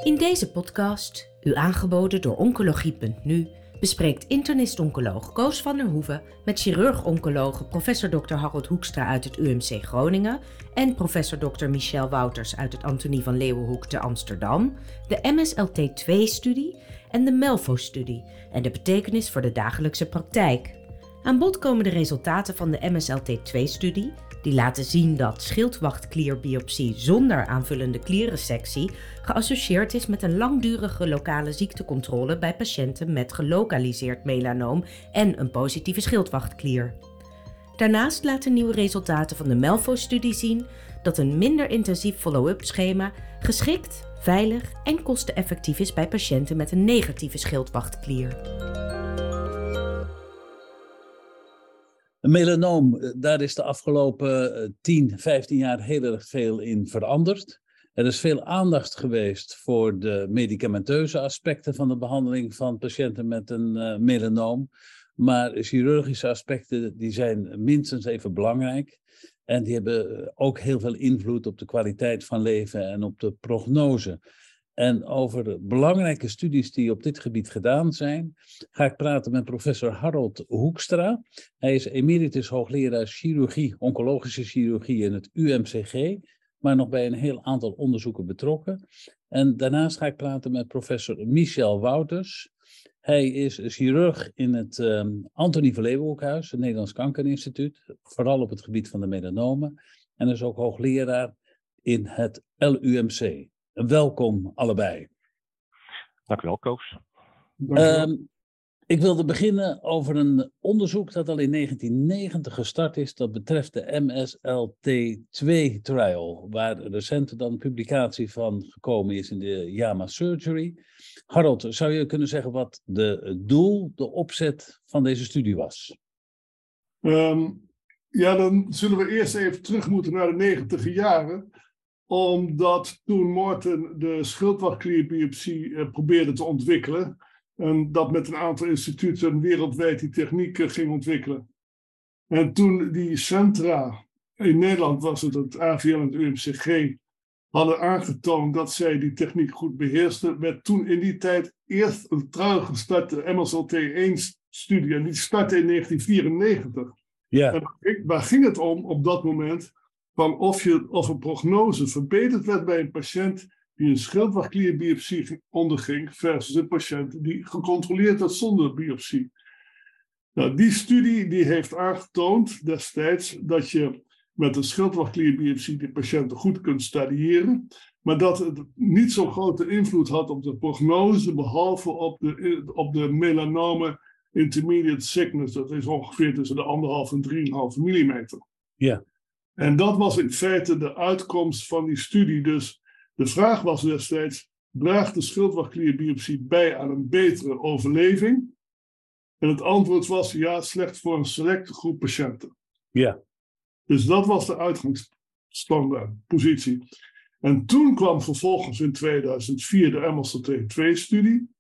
In deze podcast, u aangeboden door Oncologie.nu, bespreekt internist-oncoloog Koos van der Hoeven met chirurg-oncoloog prof. Dr. Harold Hoekstra uit het UMC Groningen en prof. Dr. Michel Wouters uit het Antonie van Leeuwenhoek te Amsterdam, de MSLT2-studie en de MELFO-studie en de betekenis voor de dagelijkse praktijk. Aan bod komen de resultaten van de MSLT2-studie, die laten zien dat schildwachtklierbiopsie zonder aanvullende klierresectie geassocieerd is met een langdurige lokale ziektecontrole bij patiënten met gelokaliseerd melanoom en een positieve schildwachtklier. Daarnaast laten nieuwe resultaten van de MELFO-studie zien dat een minder intensief follow-up schema geschikt, veilig en kosteneffectief is bij patiënten met een negatieve schildwachtklier. Een melanoom, daar is de afgelopen 10, 15 jaar heel erg veel in veranderd. Er is veel aandacht geweest voor de medicamenteuze aspecten van de behandeling van patiënten met een melanoom. Maar chirurgische aspecten die zijn minstens even belangrijk. En die hebben ook heel veel invloed op de kwaliteit van leven en op de prognose. En over de belangrijke studies die op dit gebied gedaan zijn, ga ik praten met professor Harold Hoekstra. Hij is emeritus hoogleraar chirurgie, oncologische chirurgie in het UMCG, maar nog bij een heel aantal onderzoeken betrokken. En daarnaast ga ik praten met professor Michel Wouters. Hij is chirurg in het Antonie van Leeuwenhoekhuis, het Nederlands Kankerinstituut, vooral op het gebied van de melanomen. En is ook hoogleraar in het LUMC. Welkom allebei. Dank u wel, Koos. Ik wilde beginnen over een onderzoek dat al in 1990 gestart is. Dat betreft de MSLT2-trial, waar recent dan een publicatie van gekomen is in de JAMA Surgery. Harold, zou je kunnen zeggen wat het doel, de opzet van deze studie was? Dan zullen we eerst even terug moeten naar de 90 jaren. Omdat toen Morten de schildwachtklierbiopsie probeerde te ontwikkelen. En dat met een aantal instituten wereldwijd die techniek ging ontwikkelen. En toen die centra, in Nederland was het AVL en het UMCG, hadden aangetoond dat zij die techniek goed beheersten, werd toen in die tijd eerst een trial gestart, de MSLT1-studie. En die startte in 1994. Ja. En waar ging het om op dat moment? Van of een prognose verbeterd werd bij een patiënt die een schildwachtklierbiopsie onderging versus een patiënt die gecontroleerd werd zonder biopsie. Nou, die studie die heeft aangetoond destijds dat je met een schildwachtklierbiopsie de patiënten goed kunt stadiëren, maar dat het niet zo'n grote invloed had op de prognose, behalve op de melanome intermediate thickness. Dat is ongeveer tussen de 1,5 en 3,5 millimeter. Ja. En dat was in feite de uitkomst van die studie. Dus de vraag was destijds, draagt de schildwachtklierbiopsie bij aan een betere overleving? En het antwoord was ja, slechts voor een selecte groep patiënten. Ja. Dus dat was de uitgangsstandpunt. En toen kwam vervolgens in 2004 de MSLT2-studie.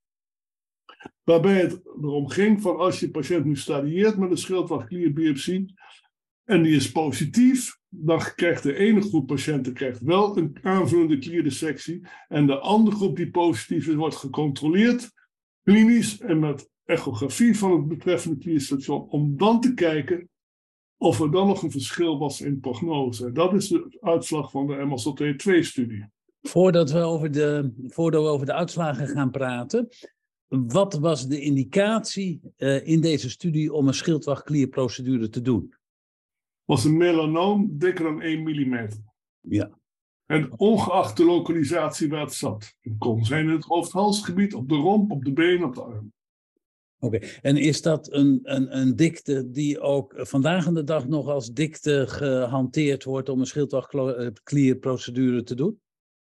Waarbij het erom ging van als je patiënt nu stadieert met een schildwachtklierbiopsie en die is positief, dan krijgt de ene groep patiënten wel een aanvullende klierdissectie en de andere groep die positief is, wordt gecontroleerd, klinisch en met echografie van het betreffende klierstation, om dan te kijken of er dan nog een verschil was in prognose. En dat is de uitslag van de MSLT2-studie. Voordat we over de uitslagen gaan praten, wat was de indicatie in deze studie om een schildwachtklierprocedure te doen? Was een melanoom dikker dan 1 millimeter. Ja. En ongeacht de lokalisatie waar het zat. Het kon zijn in het hoofd-halsgebied, op de romp, op de benen, op de arm. Oké. En is dat een dikte die ook vandaag aan de dag nog als dikte gehanteerd wordt om een schildwachtklierprocedure te doen?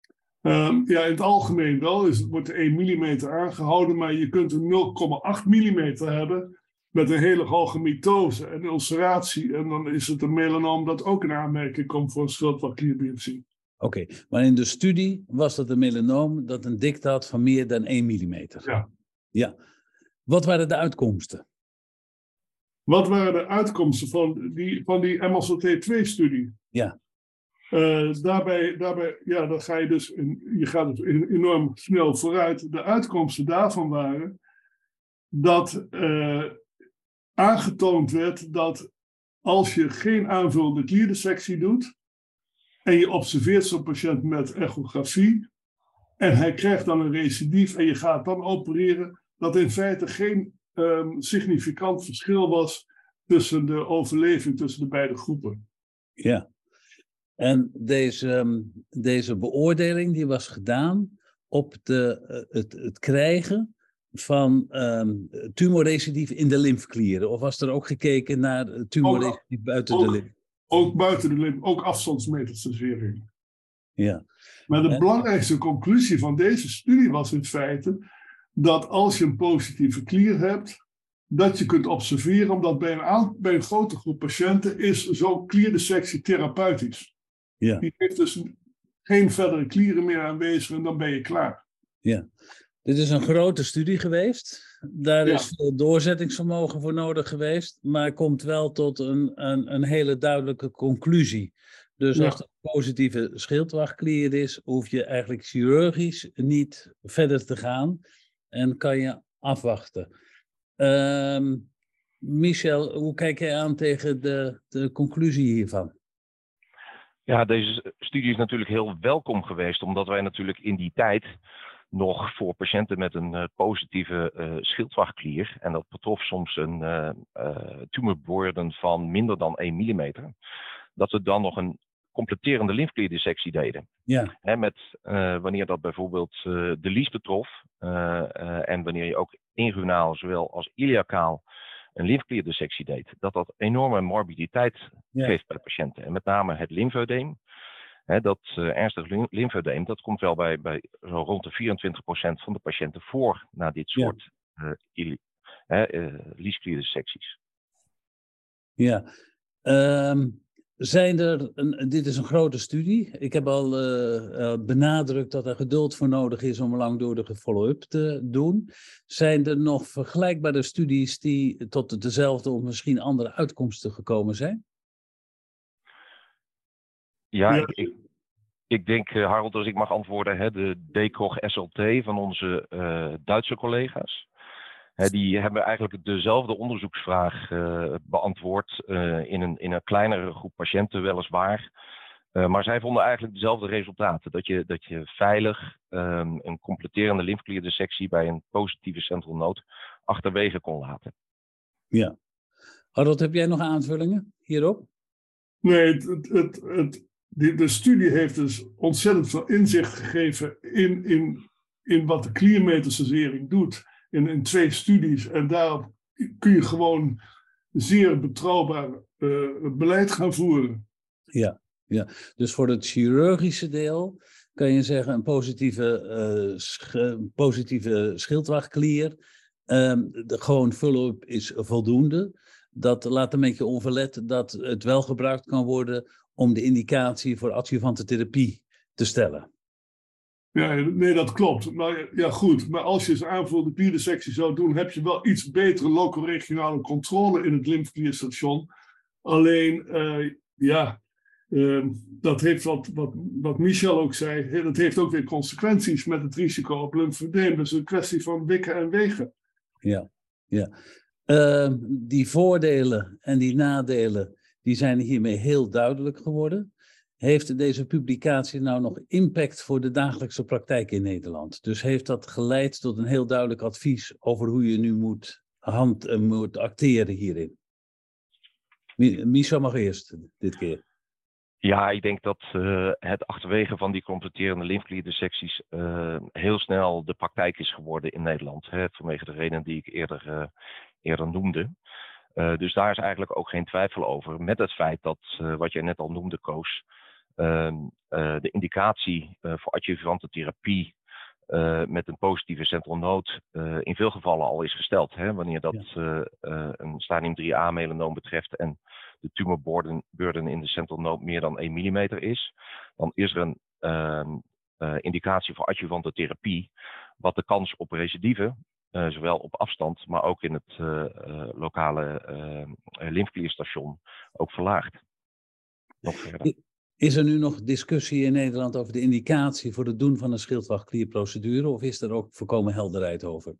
In het algemeen wel. Wordt 1 millimeter aangehouden, maar je kunt een 0,8 millimeter hebben met een hele hoge mitose en ulceratie. En dan is het een melanoom dat ook in aanmerking komt voor een schildwachtklierbiopsie. Oké, maar in de studie was dat een melanoom dat een dikte had van meer dan 1 millimeter. Ja. Ja. Wat waren de uitkomsten? Wat waren de uitkomsten van die MSLT2-studie? Ja. Daarbij, ja, dan ga je dus, je gaat dus enorm snel vooruit. De uitkomsten daarvan waren dat aangetoond werd dat als je geen aanvullende klierdissectie doet en je observeert zo'n patiënt met echografie en hij krijgt dan een recidief en je gaat dan opereren, dat in feite geen significant verschil was tussen de overleving tussen de beide groepen. Ja. En deze beoordeling die was gedaan op het krijgen van tumorrecidief in de lymfeklieren. Of was er ook gekeken naar tumorrecidief buiten de lymf? Ook buiten de lymf, ook afstandsmetastasering. Ja. Maar de belangrijkste conclusie van deze studie was in feite dat als je een positieve klier hebt, dat je kunt observeren, omdat bij een grote groep patiënten is zo'n klierdissectie therapeutisch. Ja. Die heeft dus geen verdere klieren meer aanwezig en dan ben je klaar. Ja. Dit is een grote studie geweest. Daar is veel doorzettingsvermogen voor nodig geweest, maar komt wel tot een hele duidelijke conclusie. Dus als er een positieve schildwachtklier is, hoef je eigenlijk chirurgisch niet verder te gaan en kan je afwachten. Michel, hoe kijk jij aan tegen de conclusie hiervan? Ja, deze studie is natuurlijk heel welkom geweest, omdat wij natuurlijk in die tijd nog voor patiënten met een positieve schildwachtklier, en dat betrof soms een tumorburden van minder dan 1 mm, dat we dan nog een completerende lymfeklierdissectie deden. Ja. Wanneer dat bijvoorbeeld de lies betrof en wanneer je ook inguinaal zowel als iliacaal een lymfeklierdissectie deed, dat enorme morbiditeit geeft bij de patiënten. En met name het lymfödeem. Dat ernstig lymfödeem, dat komt wel bij zo rond de 24% van de patiënten voor na dit soort liesklierdissecties. Ja. Dit is een grote studie. Ik heb al benadrukt dat er geduld voor nodig is om een langdurige follow-up te doen. Zijn er nog vergelijkbare studies die tot dezelfde of misschien andere uitkomsten gekomen zijn? Ja, ik denk, Harold, als ik mag antwoorden, de DECOG SLT van onze Duitse collega's. Die hebben eigenlijk dezelfde onderzoeksvraag beantwoord in een kleinere groep patiënten weliswaar. Maar zij vonden eigenlijk dezelfde resultaten. Dat je veilig een completerende lymfeklierdissectie bij een positieve central node achterwege kon laten. Ja. Harold, heb jij nog aanvullingen hierop? Nee, de studie heeft dus ontzettend veel inzicht gegeven in wat de kliermetastasering doet in 2 studies. En daarop kun je gewoon zeer betrouwbaar beleid gaan voeren. Ja, dus voor het chirurgische deel kan je zeggen een positieve schildwachtklier. Gewoon follow-up is voldoende. Dat laat een beetje onverlet dat het wel gebruikt kan worden om de indicatie voor adjuvante therapie te stellen. Ja, nee, dat klopt. Maar ja, goed. Maar als je eens aanvullende klierdissectie zou doen, heb je wel iets betere locoregionale controle in het lymfeklierstation. Alleen, dat heeft wat Michel ook zei, dat heeft ook weer consequenties met het risico op lymfedeem. Dus een kwestie van wikken en wegen. Ja. Die voordelen en die nadelen, die zijn hiermee heel duidelijk geworden. Heeft deze publicatie nou nog impact voor de dagelijkse praktijk in Nederland? Dus heeft dat geleid tot een heel duidelijk advies over hoe je nu moet acteren hierin? Michel mag eerst dit keer. Ja, ik denk dat het achterwege van die completerende lymfeklierdissecties heel snel de praktijk is geworden in Nederland. Vanwege de redenen die ik eerder noemde. Dus daar is eigenlijk ook geen twijfel over. Met het feit dat, wat jij net al noemde, Koos, de indicatie voor adjuvante therapie met een positieve central node in veel gevallen al is gesteld. Wanneer dat een stadium 3a melanoom betreft en de tumorburden in de central node meer dan 1 mm is, dan is er een indicatie voor adjuvante therapie, wat de kans op recidive, zowel op afstand, maar ook in het lokale lymfeklierstation ook verlaagt. Nog verder. Is er nu nog discussie in Nederland over de indicatie voor het doen van een schildwachtklierprocedure, of is er ook volkomen helderheid over?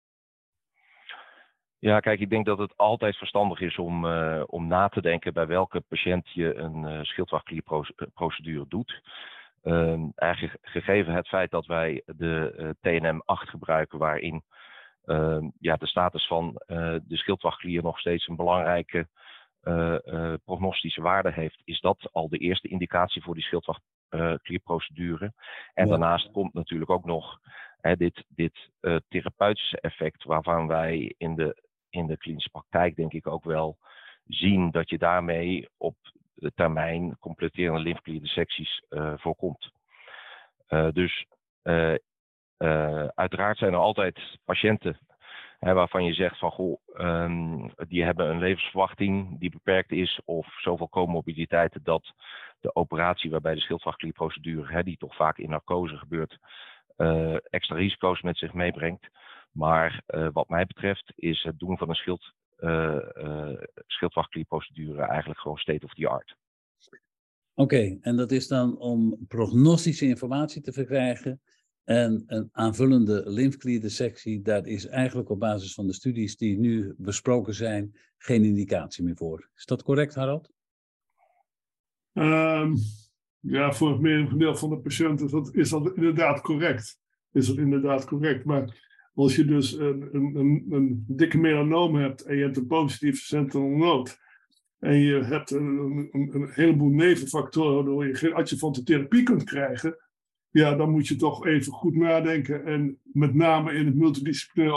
Ja, kijk, ik denk dat het altijd verstandig is om na te denken bij welke patiënt je een schildwachtklierprocedure doet. Eigenlijk gegeven het feit dat wij de TNM8 gebruiken, waarin de status van de schildwachtklier nog steeds een belangrijke prognostische waarde heeft, is dat al de eerste indicatie voor die schildwachtklierprocedure. En daarnaast komt natuurlijk ook nog dit therapeutische effect, waarvan wij in de klinische praktijk denk ik ook wel zien dat je daarmee op de termijn completerende lymfeklierdissecties voorkomt. Dus uiteraard zijn er altijd patiënten waarvan je zegt van goh, die hebben een levensverwachting die beperkt is of zoveel comorbiditeiten dat de operatie waarbij de schildwachtklierprocedure, die toch vaak in narcose gebeurt, extra risico's met zich meebrengt. Maar wat mij betreft is het doen van een schildwachtklierprocedure eigenlijk gewoon state of the art. Oké, en dat is dan om prognostische informatie te verkrijgen en een aanvullende lymfeklierdissectie. Daar is eigenlijk op basis van de studies die nu besproken zijn geen indicatie meer voor. Is dat correct, Harold? Ja, voor het merendeel van de patiënten is dat inderdaad correct. Maar als je dus een dikke melanoom hebt en je hebt een positieve sentinel node en je hebt een heleboel nevenfactoren waardoor je geen adjuvante therapie kunt krijgen, ja, dan moet je toch even goed nadenken en met name in het multidisciplinair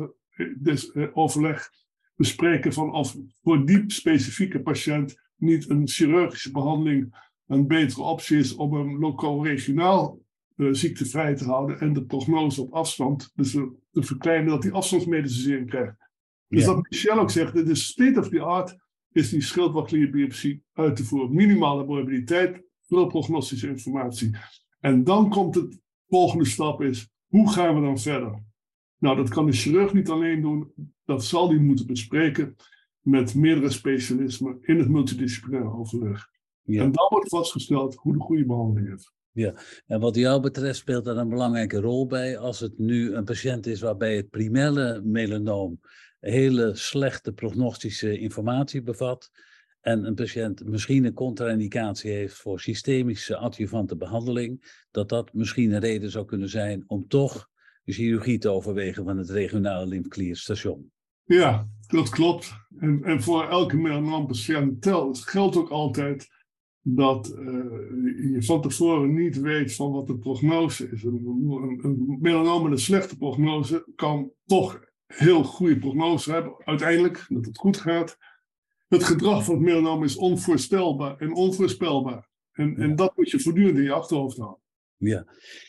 overleg bespreken van of voor die specifieke patiënt niet een chirurgische behandeling een betere optie is om hem lokaal-regionaal ziektevrij te houden en de prognose op afstand, dus te verkleinen dat hij afstandsmedicalisering krijgt. Dus dat Michel ook zegt, de state of the art is die schildwachtklierbiopsie uit te voeren. Minimale mobiliteit, veel prognostische informatie. En dan komt het volgende stap is, hoe gaan we dan verder? Nou, dat kan de chirurg niet alleen doen, dat zal hij moeten bespreken met meerdere specialismen in het multidisciplinair overleg. Ja. En dan wordt vastgesteld hoe de goede behandeling is. Ja, en wat jou betreft speelt daar een belangrijke rol bij als het nu een patiënt is waarbij het primaire melanoom hele slechte prognostische informatie bevat en een patiënt misschien een contra-indicatie heeft voor systemische adjuvante behandeling, dat misschien een reden zou kunnen zijn om toch de chirurgie te overwegen van het regionale lymfeklierstation. Ja, dat klopt. En voor elke melanoompatiënt geldt ook altijd dat je van tevoren niet weet van wat de prognose is. Een melanoom met een slechte prognose kan toch heel goede prognose hebben, uiteindelijk, dat het goed gaat. Het gedrag van het melanoom is onvoorstelbaar en onvoorspelbaar. En dat moet je voortdurend in je achterhoofd houden. Ja.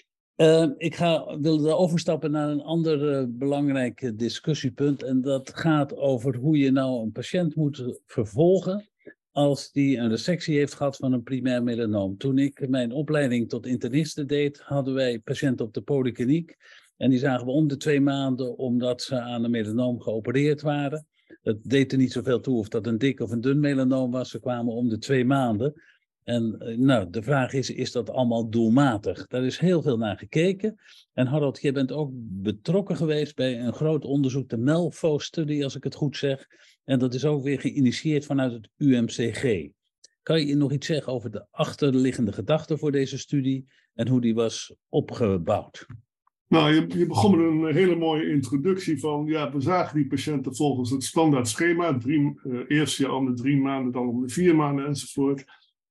Ik wil overstappen naar een ander belangrijk discussiepunt. En dat gaat over hoe je nou een patiënt moet vervolgen als die een resectie heeft gehad van een primair melanoom. Toen ik mijn opleiding tot interniste deed, hadden wij patiënten op de polykliniek. En die zagen we om de 2 maanden omdat ze aan een melanoom geopereerd waren. Het deed er niet zoveel toe of dat een dik of een dun melanoom was. Ze kwamen om de 2 maanden. En de vraag is dat allemaal doelmatig? Daar is heel veel naar gekeken. En Harold, je bent ook betrokken geweest bij een groot onderzoek, de MELFO-studie, als ik het goed zeg. En dat is ook weer geïnitieerd vanuit het UMCG. Kan je nog iets zeggen over de achterliggende gedachte voor deze studie en hoe die was opgebouwd? Nou, je begon met een hele mooie introductie van, ja, we zagen die patiënten volgens het standaard schema, eerst jaar om de 3 maanden, dan om de 4 maanden enzovoort.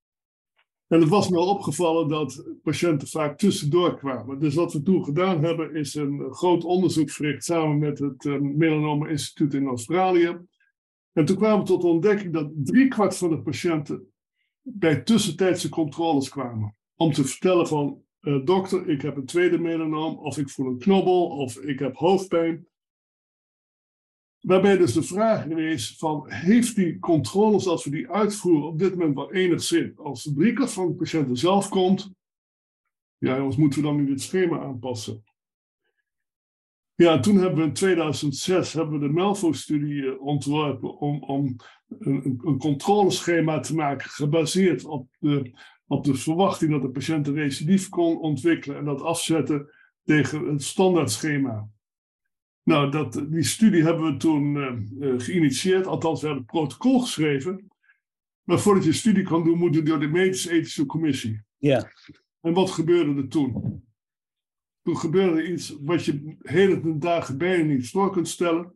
En het was me al opgevallen dat patiënten vaak tussendoor kwamen. Dus wat we toen gedaan hebben, is een groot onderzoek verricht samen met het Melanoma Instituut in Australië. En toen kwamen we tot de ontdekking dat 3/4 van de patiënten bij tussentijdse controles kwamen. Om te vertellen van, dokter, ik heb een tweede melanoom, of ik voel een knobbel, of ik heb hoofdpijn. Waarbij dus de vraag is van, heeft die controles, als we die uitvoeren, op dit moment wel enig zin? Als de 3/4 van de patiënten zelf komt, ja jongens, moeten we dan nu dit schema aanpassen? Ja, toen hebben we in 2006 de MELFO-studie ontworpen om een controleschema te maken, gebaseerd op de op de verwachting dat de patiënt een recidief kon ontwikkelen en dat afzetten tegen het standaardschema. Nou, die studie hebben we toen geïnitieerd, althans we hebben het protocol geschreven. Maar voordat je een studie kan doen, moet je door de medisch-ethische commissie. Ja. En wat gebeurde er toen? Toen gebeurde er iets wat je hele dagen bijna niet voor kunt stellen.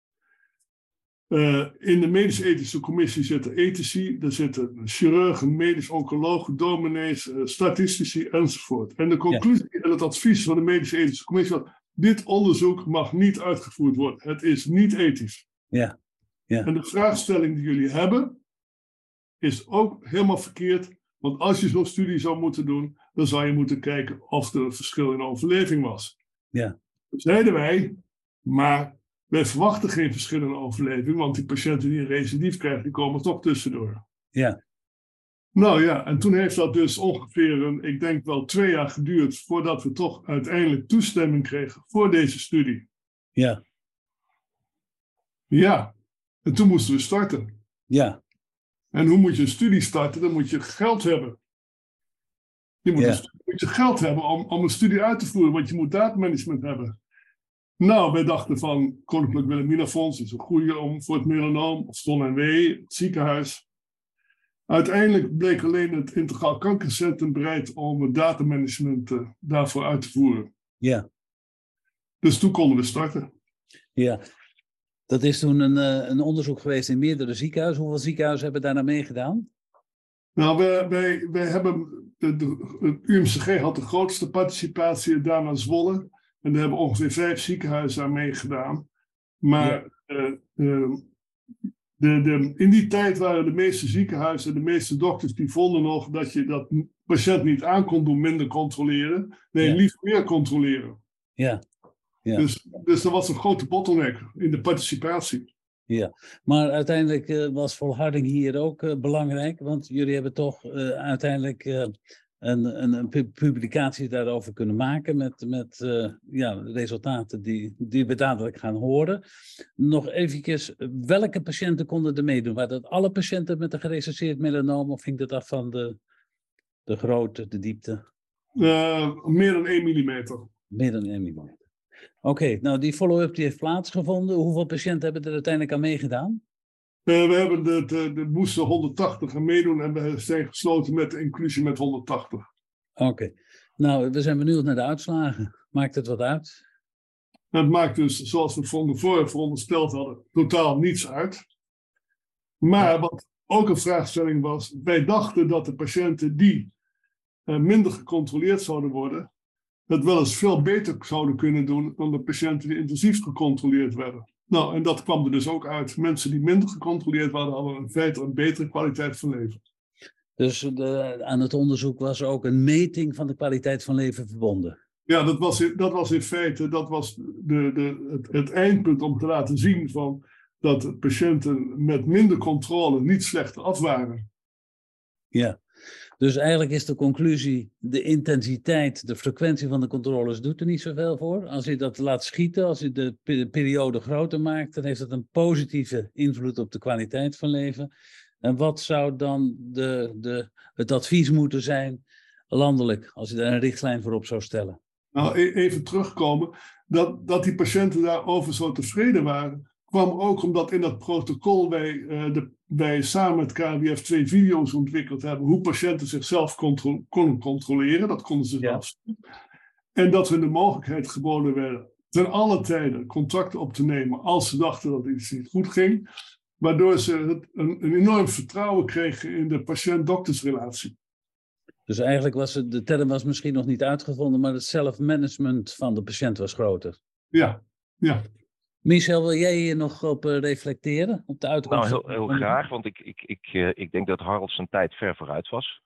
In de medisch-ethische commissie zitten ethici, er zitten chirurgen, medisch-oncologen, dominees, statistici enzovoort. En de conclusie en het advies van de medisch-ethische commissie was: dit onderzoek mag niet uitgevoerd worden. Het is niet ethisch. Ja. Ja. En de vraagstelling die jullie hebben is ook helemaal verkeerd. Want als je zo'n studie zou moeten doen, dan zou je moeten kijken of er een verschil in overleving was. Ja. Dat zeiden wij, maar wij verwachten geen verschil in overleving, want die patiënten die een recidief krijgen, die komen toch tussendoor. Ja. Nou ja, en toen heeft dat dus ongeveer, ik denk wel 2 jaar geduurd, voordat we toch uiteindelijk toestemming kregen voor deze studie. Ja. Ja, en toen moesten we starten. Ja. En hoe moet je een studie starten? Dan moet je geld hebben. Je moet je geld hebben om een studie uit te voeren, want je moet datamanagement hebben. Nou, wij dachten van Koninklijk Wilhelminafonds is een goede voor het melanoom, of STON-NW, het ziekenhuis. Uiteindelijk bleek alleen het Integraal Kankercentrum bereid om het datamanagement daarvoor uit te voeren. Ja. Dus toen konden we starten. Ja. Dat is toen een onderzoek geweest in meerdere ziekenhuizen. Hoeveel ziekenhuizen hebben daar nou meegedaan? Nou, wij hebben, het UMCG had de grootste participatie, daarna Zwolle. En daar hebben ongeveer 5 ziekenhuizen aan meegedaan. Maar in die tijd waren de meeste ziekenhuizen, de meeste dokters, die vonden nog dat je dat patiënt niet aan kon doen, minder controleren. Nee, liever meer controleren. Ja. Ja. Dus er was een grote bottleneck in de participatie. Ja, maar uiteindelijk was volharding hier ook belangrijk, want jullie hebben toch uiteindelijk een publicatie daarover kunnen maken met resultaten die we dadelijk gaan horen. Nog eventjes, welke patiënten konden er meedoen? Waren dat alle patiënten met een gerecenseerd melanoom of hing dat af van de grootte, de diepte? Meer dan 1 millimeter. Meer dan 1 millimeter. Oké, nou die follow-up die heeft plaatsgevonden. Hoeveel patiënten hebben er uiteindelijk aan meegedaan? We hebben er moesten 180 aan meedoen en we zijn gesloten met de inclusie met 180. Oké, nou we zijn benieuwd naar de uitslagen. Maakt het wat uit? Het maakt dus, zoals we van tevoren verondersteld hadden, totaal niets uit. Maar wat ook een vraagstelling was, wij dachten dat de patiënten die minder gecontroleerd zouden worden, het wel eens veel beter zouden kunnen doen dan de patiënten die intensief gecontroleerd werden. Nou, en dat kwam er dus ook uit. Mensen die minder gecontroleerd waren, hadden in feite een betere kwaliteit van leven. Dus aan het onderzoek was er ook een meting van de kwaliteit van leven verbonden? Ja, dat was in feite het eindpunt om te laten zien dat patiënten met minder controle niet slechter af waren. Ja. Dus eigenlijk is de conclusie, de intensiteit, de frequentie van de controles doet er niet zoveel voor. Als je dat laat schieten, als je de periode groter maakt, dan heeft dat een positieve invloed op de kwaliteit van leven. En wat zou dan het advies moeten zijn, landelijk, als je daar een richtlijn voor op zou stellen? Nou, even terugkomen, dat die patiënten daarover zo tevreden waren, kwam ook omdat in dat protocol wij samen met KWF 2 video's ontwikkeld hebben hoe patiënten zichzelf konden controleren. Dat konden ze zelf zien. En dat we de mogelijkheid geboden werden ten alle tijden contacten op te nemen als ze dachten dat iets niet goed ging. Waardoor ze een enorm vertrouwen kregen in de patiënt-doktersrelatie. Dus eigenlijk de term was misschien nog niet uitgevonden, maar het zelfmanagement van de patiënt was groter. Ja. Michel, wil jij hier nog op reflecteren? Op de uitkomst? Nou, heel graag, want ik denk dat Harold zijn tijd ver vooruit was.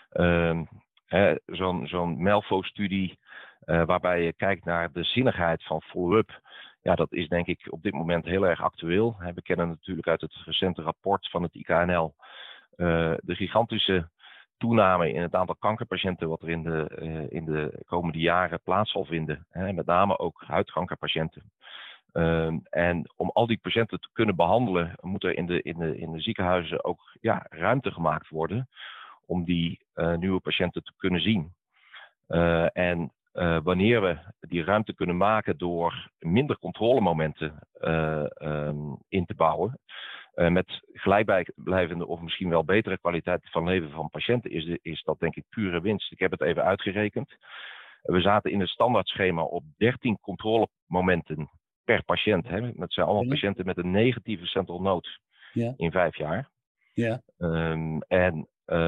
Zo'n Melfo-studie waarbij je kijkt naar de zinnigheid van follow-up. Ja, dat is denk ik op dit moment heel erg actueel. We kennen natuurlijk uit het recente rapport van het IKNL de gigantische toename in het aantal kankerpatiënten wat er in de komende jaren plaats zal vinden. Met name ook huidkankerpatiënten. En om al die patiënten te kunnen behandelen, moet er in de ziekenhuizen ook ruimte gemaakt worden om die nieuwe patiënten te kunnen zien. En wanneer we die ruimte kunnen maken door minder controlemomenten in te bouwen, met gelijkblijvende of misschien wel betere kwaliteit van leven van patiënten, is dat denk ik pure winst. Ik heb het even uitgerekend. We zaten in het standaardschema op 13 controlemomenten per patiënt. Hè. Dat zijn allemaal patiënten met een negatieve central node in 5 jaar. Ja. En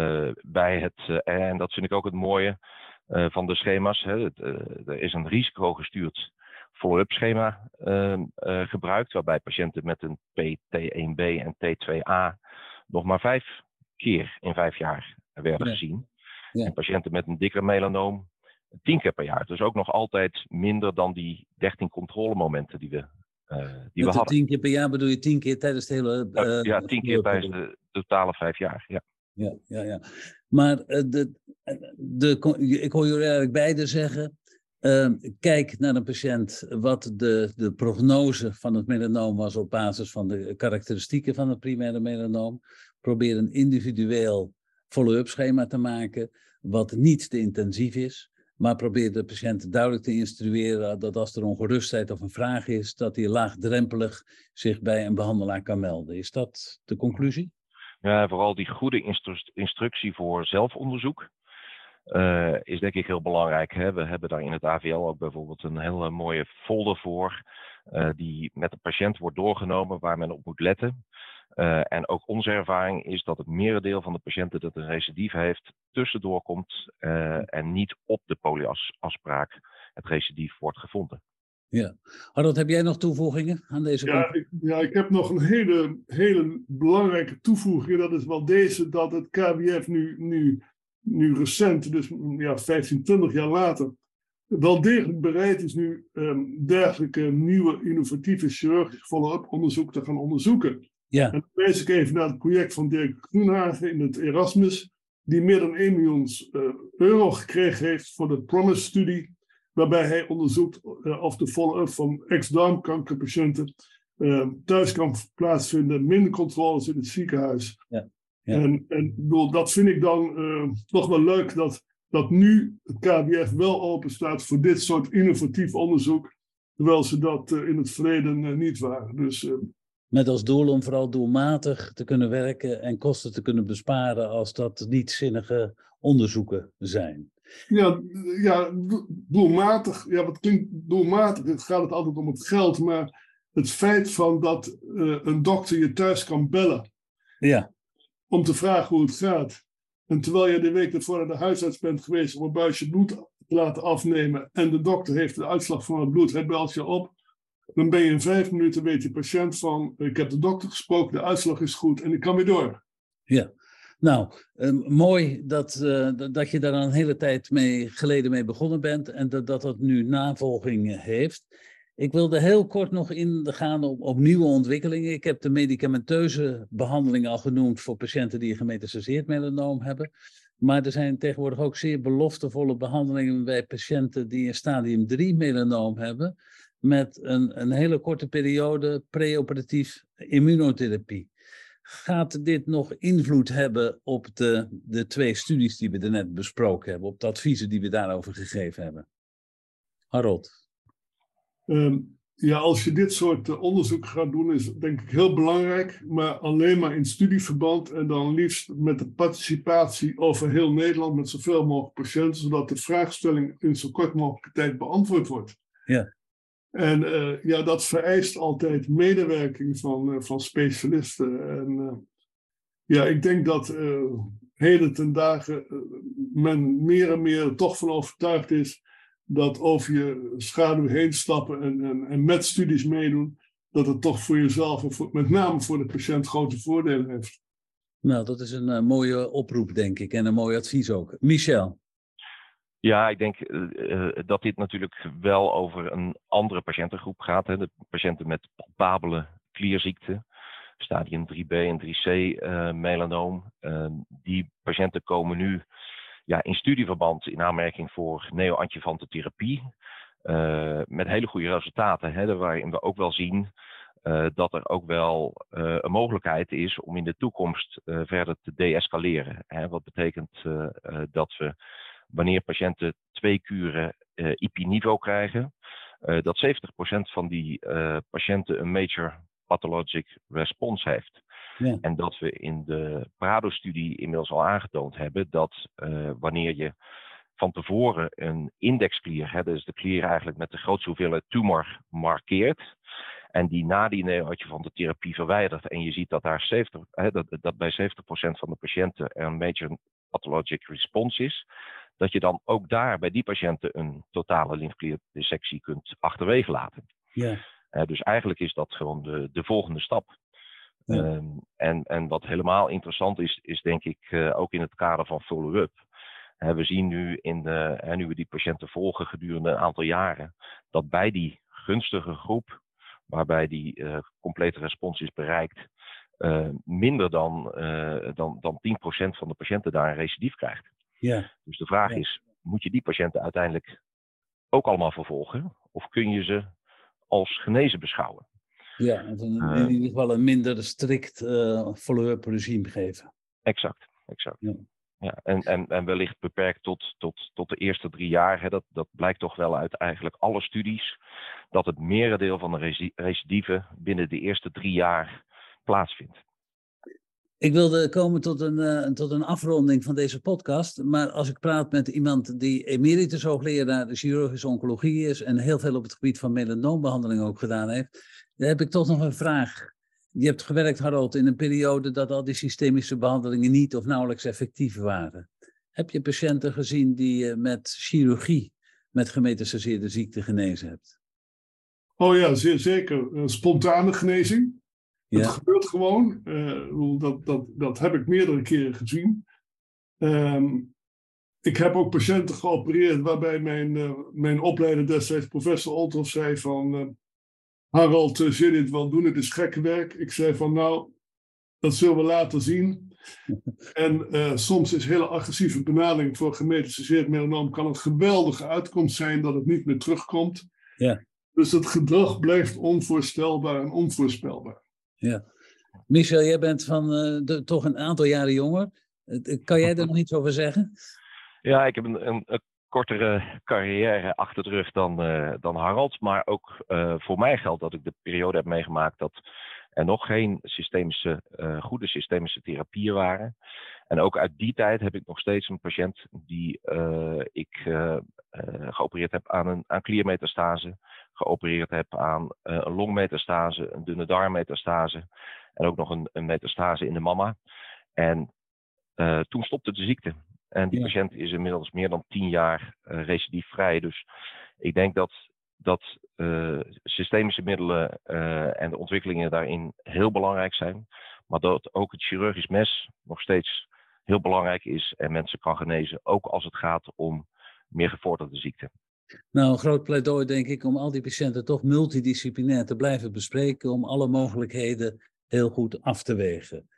dat vind ik ook het mooie van de schema's. Hè. Er is een risicogestuurd follow-up schema gebruikt, waarbij patiënten met een PT1B en T2A nog maar 5 keer in 5 jaar werden gezien. Ja. En patiënten met een dikker melanoom 10 keer per jaar. Dus ook nog altijd minder dan die 13 controlemomenten die we hadden. 10 keer per jaar bedoel je 10 keer tijdens de hele... 10 keer tijdens de totale 5 jaar, ja. Ja. Maar ik hoor jullie eigenlijk beide zeggen, kijk naar een patiënt wat de prognose van het melanoom was op basis van de karakteristieken van het primaire melanoom. Probeer een individueel follow-up schema te maken, wat niet te intensief is. Maar probeer de patiënt duidelijk te instrueren dat als er ongerustheid of een vraag is, dat hij laagdrempelig zich bij een behandelaar kan melden. Is dat de conclusie? Ja, vooral die goede instructie voor zelfonderzoek is denk ik heel belangrijk. Hè? We hebben daar in het AVL ook bijvoorbeeld een hele mooie folder voor, die met de patiënt wordt doorgenomen, waar men op moet letten. En ook onze ervaring is dat het merendeel van de patiënten dat een recidief heeft, tussendoor komt en niet op de polioafspraak het recidief wordt gevonden. Ja. Harold, heb jij nog toevoegingen aan deze? Ja, ik heb nog een hele belangrijke toevoeging. Dat is wel deze, dat het KWF nu recent, dus 15, 20 jaar later, wel degelijk bereid is nu dergelijke nieuwe innovatieve chirurgische follow-up onderzoek te gaan onderzoeken. Ja. En dan wijs ik even naar het project van Dirk Groenhagen in het Erasmus, die meer dan 1 miljoen euro gekregen heeft voor de PROMISE-studie, waarbij hij onderzoekt of de follow-up van ex-darmkankerpatiënten thuis kan plaatsvinden, minder controles in het ziekenhuis. Ja. En dat vind ik dan toch wel leuk dat nu het KWF wel open staat voor dit soort innovatief onderzoek, terwijl ze dat in het verleden niet waren. Dus, met als doel om vooral doelmatig te kunnen werken en kosten te kunnen besparen als dat niet zinnige onderzoeken zijn. Ja, doelmatig. Ja, wat klinkt doelmatig? Het gaat altijd om het geld, maar het feit van dat een dokter je thuis kan bellen. Ja. Om te vragen hoe het gaat. En terwijl je de week ervoor naar de huisarts bent geweest om een buisje bloed te laten afnemen en de dokter heeft de uitslag van het bloed, hij belt je op, dan ben je in 5 minuten, weet je patiënt van, ik heb de dokter gesproken, de uitslag is goed en ik kan weer door. Ja, nou, mooi dat je daar een hele tijd geleden mee begonnen bent en dat nu navolging heeft. Ik wilde heel kort nog ingaan op nieuwe ontwikkelingen. Ik heb de medicamenteuze behandeling al genoemd voor patiënten die een gemetastaseerd melanoom hebben. Maar er zijn tegenwoordig ook zeer beloftevolle behandelingen bij patiënten die een stadium 3 melanoom hebben, met een hele korte periode preoperatief immunotherapie. Gaat dit nog invloed hebben op de 2 studies die we er net besproken hebben, op de adviezen die we daarover gegeven hebben? Harold? Als je dit soort onderzoek gaat doen, is het denk ik heel belangrijk, maar alleen maar in studieverband en dan liefst met de participatie over heel Nederland met zoveel mogelijk patiënten, zodat de vraagstelling in zo kort mogelijke tijd beantwoord wordt. Ja. En dat vereist altijd medewerking van specialisten. En ik denk dat heden ten dagen men meer en meer toch van overtuigd is dat over je schaduw heen stappen en met studies meedoen, dat het toch voor jezelf en met name voor de patiënt grote voordelen heeft. Nou, dat is een mooie oproep, denk ik, en een mooi advies ook. Michel? Ja, ik denk dat dit natuurlijk wel over een andere patiëntengroep gaat. Hè? De patiënten met palpabele klierziekte, stadium 3B en 3C melanoom. Die patiënten komen nu in studieverband in aanmerking voor neoadjuvante therapie. Met hele goede resultaten, hè, waarin we ook wel zien dat er ook wel een mogelijkheid is om in de toekomst verder te deescaleren. Wat betekent dat we, wanneer patiënten 2 kuren IP-niveau krijgen, dat 70% van die patiënten een major pathologic response heeft. Ja. En dat we in de PRADO-studie inmiddels al aangetoond hebben dat wanneer je van tevoren een indexklier, dus de klier eigenlijk met de grootste hoeveelheid tumor markeert, en die na die neoadjuvante van de therapie verwijdert, en je ziet dat daar dat bij 70% van de patiënten er een major pathologic response is, dat je dan ook daar bij die patiënten een totale lymfeklierdissectie kunt achterwege laten. Ja. Dus eigenlijk is dat gewoon de volgende stap. Ja. En wat helemaal interessant is denk ik ook in het kader van follow-up. We zien nu, nu we die patiënten volgen gedurende een aantal jaren, dat bij die gunstige groep, waarbij die complete respons is bereikt, minder dan 10% van de patiënten daar een recidief krijgt. Ja. Dus de vraag is, moet je die patiënten uiteindelijk ook allemaal vervolgen? Of kun je ze als genezen beschouwen? Ja, in ieder geval een minder strikt follow-up regime geven. Exact. Ja, en wellicht beperkt tot de eerste 3 jaar. Dat blijkt toch wel uit eigenlijk alle studies, dat het merendeel van de recidieven binnen de eerste 3 jaar plaatsvindt. Ik wilde komen tot een afronding van deze podcast, maar als ik praat met iemand die emeritus hoogleraar de chirurgische oncologie is en heel veel op het gebied van melanoombehandeling ook gedaan heeft, dan heb ik toch nog een vraag. Je hebt gewerkt, Harold, in een periode dat al die systemische behandelingen niet of nauwelijks effectief waren. Heb je patiënten gezien die je met chirurgie met gemetastaseerde ziekte genezen hebt? Oh ja, zeer zeker. Spontane genezing. Ja. Het gebeurt gewoon. Dat heb ik meerdere keren gezien. Ik heb ook patiënten geopereerd waarbij mijn opleider destijds, professor Olthoff, zei van... Harold, zul je dit wel doen? Het is gekke werk. Ik zei van nou, dat zullen we laten zien. En soms is hele agressieve benadering voor gemetastaseerd melanoom kan een geweldige uitkomst zijn dat het niet meer terugkomt. Ja. Dus het gedrag blijft onvoorstelbaar en onvoorspelbaar. Ja. Michel, jij bent toch een aantal jaren jonger. Kan jij daar nog iets over zeggen? Ja, ik heb een kortere carrière achter de rug dan Harold. Maar ook voor mij geldt dat ik de periode heb meegemaakt dat er nog geen goede systemische therapieën waren. En ook uit die tijd heb ik nog steeds een patiënt die ik geopereerd heb aan kliermetastase, geopereerd heb aan een longmetastase, een dunne darmmetastase en ook nog een metastase in de mamma. En toen stopte de ziekte. En die patiënt is inmiddels meer dan 10 jaar recidiefvrij. Dus ik denk dat systemische middelen en de ontwikkelingen daarin heel belangrijk zijn. Maar dat ook het chirurgisch mes nog steeds heel belangrijk is en mensen kan genezen. Ook als het gaat om meer gevorderde ziekten. Nou, een groot pleidooi denk ik om al die patiënten toch multidisciplinair te blijven bespreken. Om alle mogelijkheden heel goed af te wegen.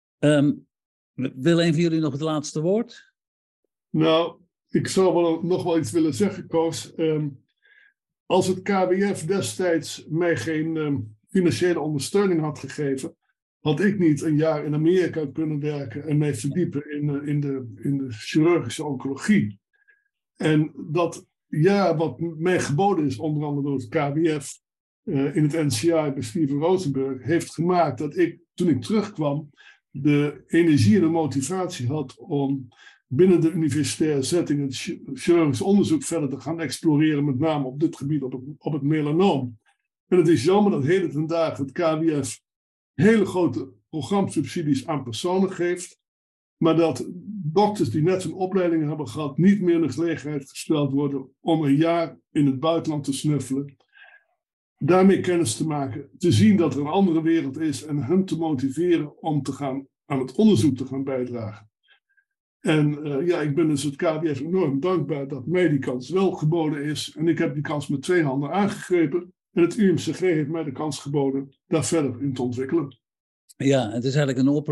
Wil een van jullie nog het laatste woord? Nou, ik zou nog wel iets willen zeggen, Koos. Als het KWF destijds mij geen financiële ondersteuning had gegeven, had ik niet een jaar in Amerika kunnen werken en mij verdiepen in de chirurgische oncologie. En dat jaar wat mij geboden is, onder andere door het KWF, in het NCI bij Steven Rosenberg, heeft gemaakt dat ik, toen ik terugkwam, de energie en de motivatie had om binnen de universitaire setting het chirurgisch onderzoek verder te gaan exploreren, met name op dit gebied, op het melanoom. En het is jammer dat heden ten dagen het KWF hele grote programsubsidies aan personen geeft, maar dat dokters die net een opleiding hebben gehad niet meer in de gelegenheid gesteld worden om een jaar in het buitenland te snuffelen, daarmee kennis te maken, te zien dat er een andere wereld is en hen te motiveren om aan het onderzoek te gaan bijdragen. En ik ben dus het KWF enorm dankbaar dat mij die kans wel geboden is. En ik heb die kans met 2 handen aangegrepen. En het UMCG heeft mij de kans geboden daar verder in te ontwikkelen. Ja, het is eigenlijk een oproep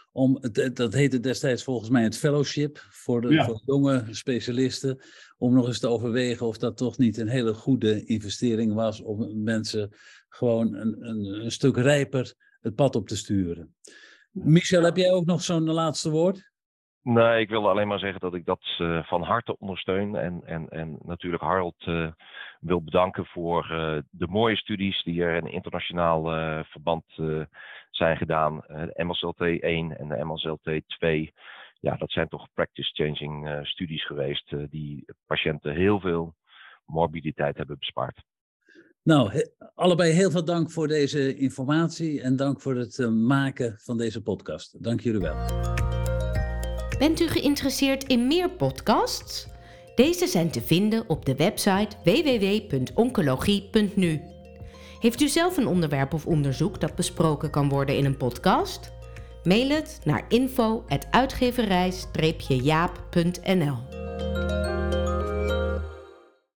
Dat heette destijds volgens mij het fellowship voor de jonge specialisten, om nog eens te overwegen of dat toch niet een hele goede investering was om mensen gewoon een stuk rijper het pad op te sturen. Michel, heb jij ook nog zo'n laatste woord? Nee, ik wil alleen maar zeggen dat ik dat van harte ondersteun. En natuurlijk Harold wil bedanken voor de mooie studies die er in internationaal verband zijn gedaan. De MSLT 1 en de MSLT 2. Ja, dat zijn toch practice-changing studies geweest die patiënten heel veel morbiditeit hebben bespaard. Nou, allebei heel veel dank voor deze informatie en dank voor het maken van deze podcast. Dank jullie wel. Bent u geïnteresseerd in meer podcasts? Deze zijn te vinden op de website www.oncologie.nu. Heeft u zelf een onderwerp of onderzoek dat besproken kan worden in een podcast? Mail het naar info@uitgeverij-jaap.nl.